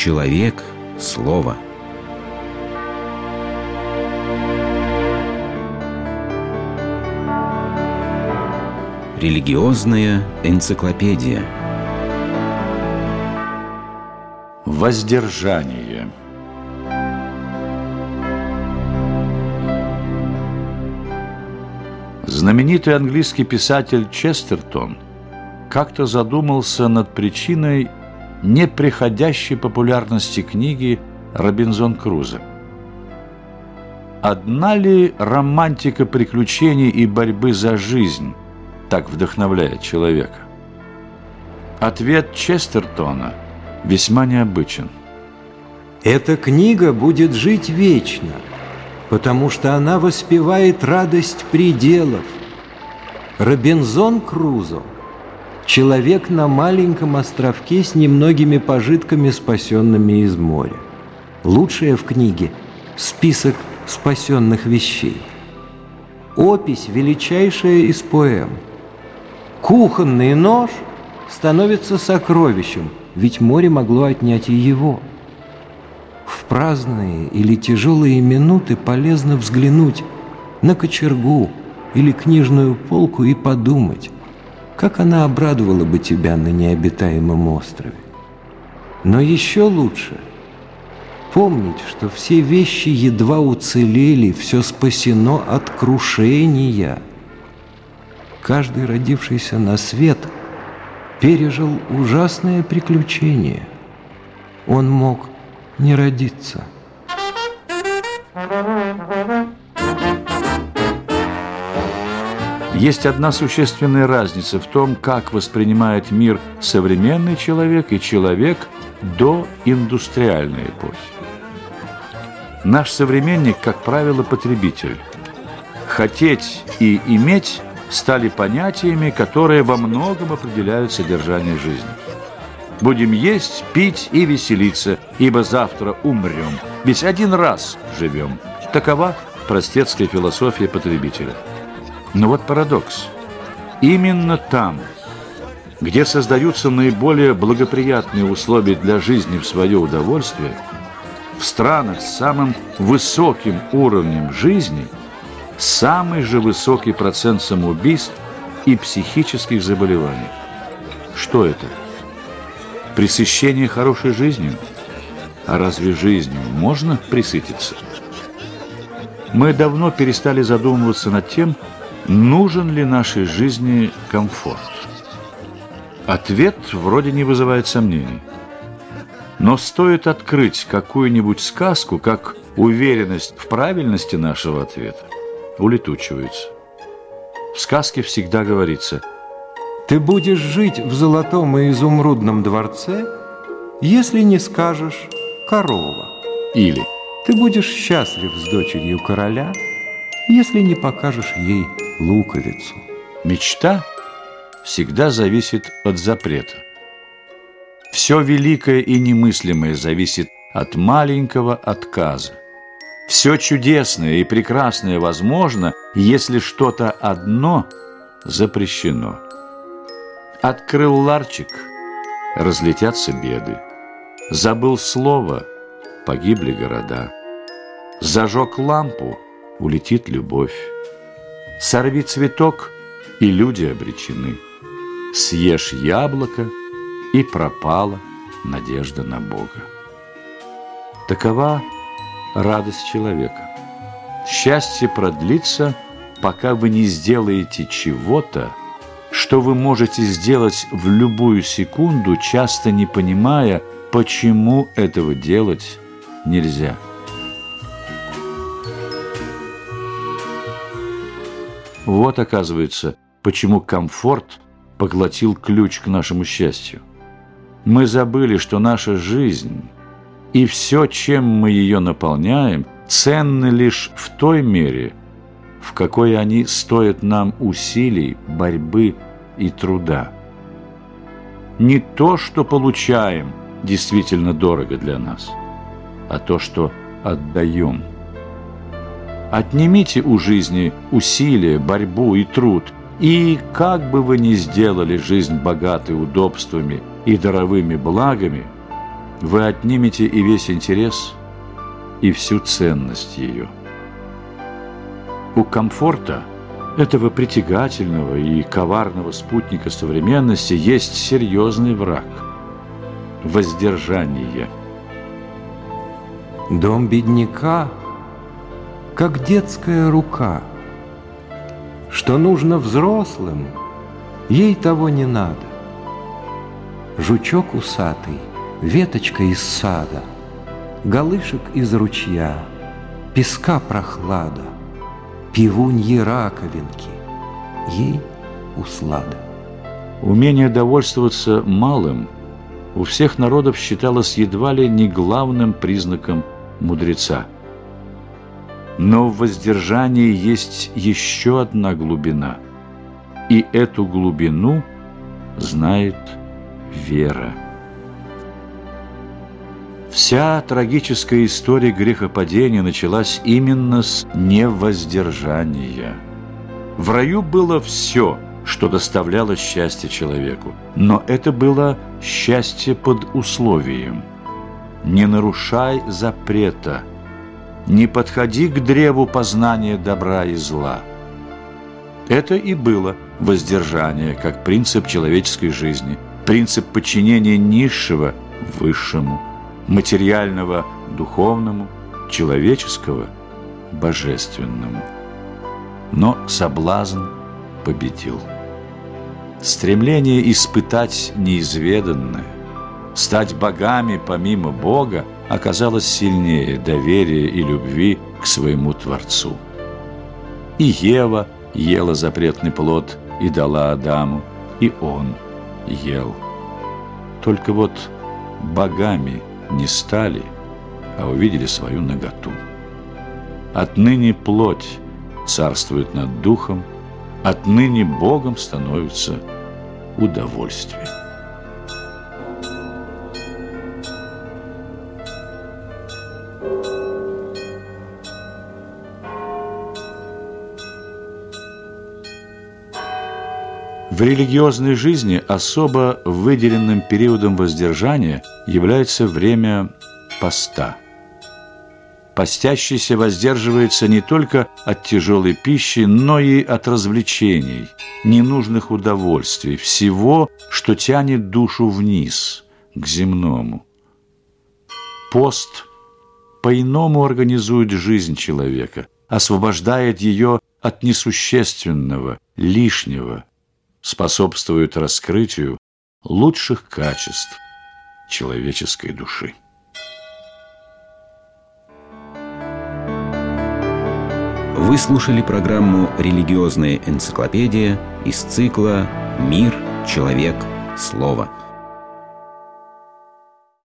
Человек – слово. Религиозная энциклопедия. Воздержание. Знаменитый английский писатель Честертон как-то задумался над причиной неприходящей популярности книги «Робинзон Крузо». Одна ли романтика приключений и борьбы за жизнь так вдохновляет человека? Ответ Честертона весьма необычен. Эта книга будет жить вечно, потому что она воспевает радость пределов. Робинзон Крузо – человек на маленьком островке с немногими пожитками, спасенными из моря. Лучшее в книге – список спасенных вещей. Опись величайшая из поэм. Кухонный нож становится сокровищем, ведь море могло отнять и его. В праздные или тяжелые минуты полезно взглянуть на кочергу или книжную полку и подумать, как она обрадовала бы тебя на необитаемом острове. Но еще лучше помнить, что все вещи едва уцелели, все спасено от крушения. Каждый, родившийся на свет, пережил ужасное приключение. Он мог не родиться. Есть одна существенная разница в том, как воспринимает мир современный человек и человек до индустриальной эпохи. Наш современник, как правило, потребитель. Хотеть и иметь стали понятиями, которые во многом определяют содержание жизни. Будем есть, пить и веселиться, ибо завтра умрем, ведь один раз живем. Такова простецкая философия потребителя. Но вот парадокс. Именно там, где создаются наиболее благоприятные условия для жизни в свое удовольствие, в странах с самым высоким уровнем жизни, самый же высокий процент самоубийств и психических заболеваний. Что это? Пресыщение хорошей жизнью? А разве жизнью можно пресытиться? Мы давно перестали задумываться над тем, нужен ли нашей жизни комфорт. Ответ вроде не вызывает сомнений. Но стоит открыть какую-нибудь сказку, как уверенность в правильности нашего ответа улетучивается. В сказке всегда говорится: ты будешь жить в золотом и изумрудном дворце, если не скажешь «корова». Или ты будешь счастлив с дочерью короля, если не покажешь ей луковицу. Мечта всегда зависит от запрета. Все великое и немыслимое зависит от маленького отказа. Все чудесное и прекрасное возможно, если что-то одно запрещено. Открыл ларчик – разлетятся беды. Забыл слово – погибли города. Зажег лампу – улетит любовь. Сорви цветок, и люди обречены. Съешь яблоко, и пропала надежда на Бога. Такова радость человека. Счастье продлится, пока вы не сделаете чего-то, что вы можете сделать в любую секунду, часто не понимая, почему этого делать нельзя. Вот, оказывается, почему комфорт поглотил ключ к нашему счастью. Мы забыли, что наша жизнь и все, чем мы ее наполняем, ценны лишь в той мере, в какой они стоят нам усилий, борьбы и труда. Не то, что получаем, действительно дорого для нас, а то, что отдаем. Отнимите у жизни усилия, борьбу и труд, и как бы вы ни сделали жизнь богатой удобствами и даровыми благами, вы отнимете и весь интерес, и всю ценность ее. У комфорта, этого притягательного и коварного спутника современности, есть серьезный враг – воздержание. Дом бедняка, как детская рука. Что нужно взрослым, ей того не надо. Жучок усатый, веточка из сада, галышек из ручья, песка прохлада, пивуньи раковинки, ей услада. Умение довольствоваться малым у всех народов считалось едва ли не главным признаком мудреца. Но в воздержании есть еще одна глубина, и эту глубину знает вера. Вся трагическая история грехопадения началась именно с невоздержания. В раю было все, что доставляло счастье человеку, но это было счастье под условием: не нарушай запрета, не подходи к древу познания добра и зла. Это и было воздержание как принцип человеческой жизни, принцип подчинения низшего высшему, материального духовному, человеческого божественному. Но соблазн победил. Стремление испытать неизведанное, стать богами помимо Бога, оказалось сильнее доверия и любви к своему Творцу. И Ева ела запретный плод и дала Адаму, и он ел. Только вот богами не стали, а увидели свою наготу. Отныне плоть царствует над духом, отныне Богом становится удовольствие. В религиозной жизни особо выделенным периодом воздержания является время поста. Постящийся воздерживается не только от тяжелой пищи, но и от развлечений, ненужных удовольствий, всего, что тянет душу вниз, к земному. Пост по-иному организует жизнь человека, освобождает ее от несущественного, лишнего, способствует раскрытию лучших качеств человеческой души. Вы слушали программу «Религиозная энциклопедия» из цикла «Мир, человек, слово».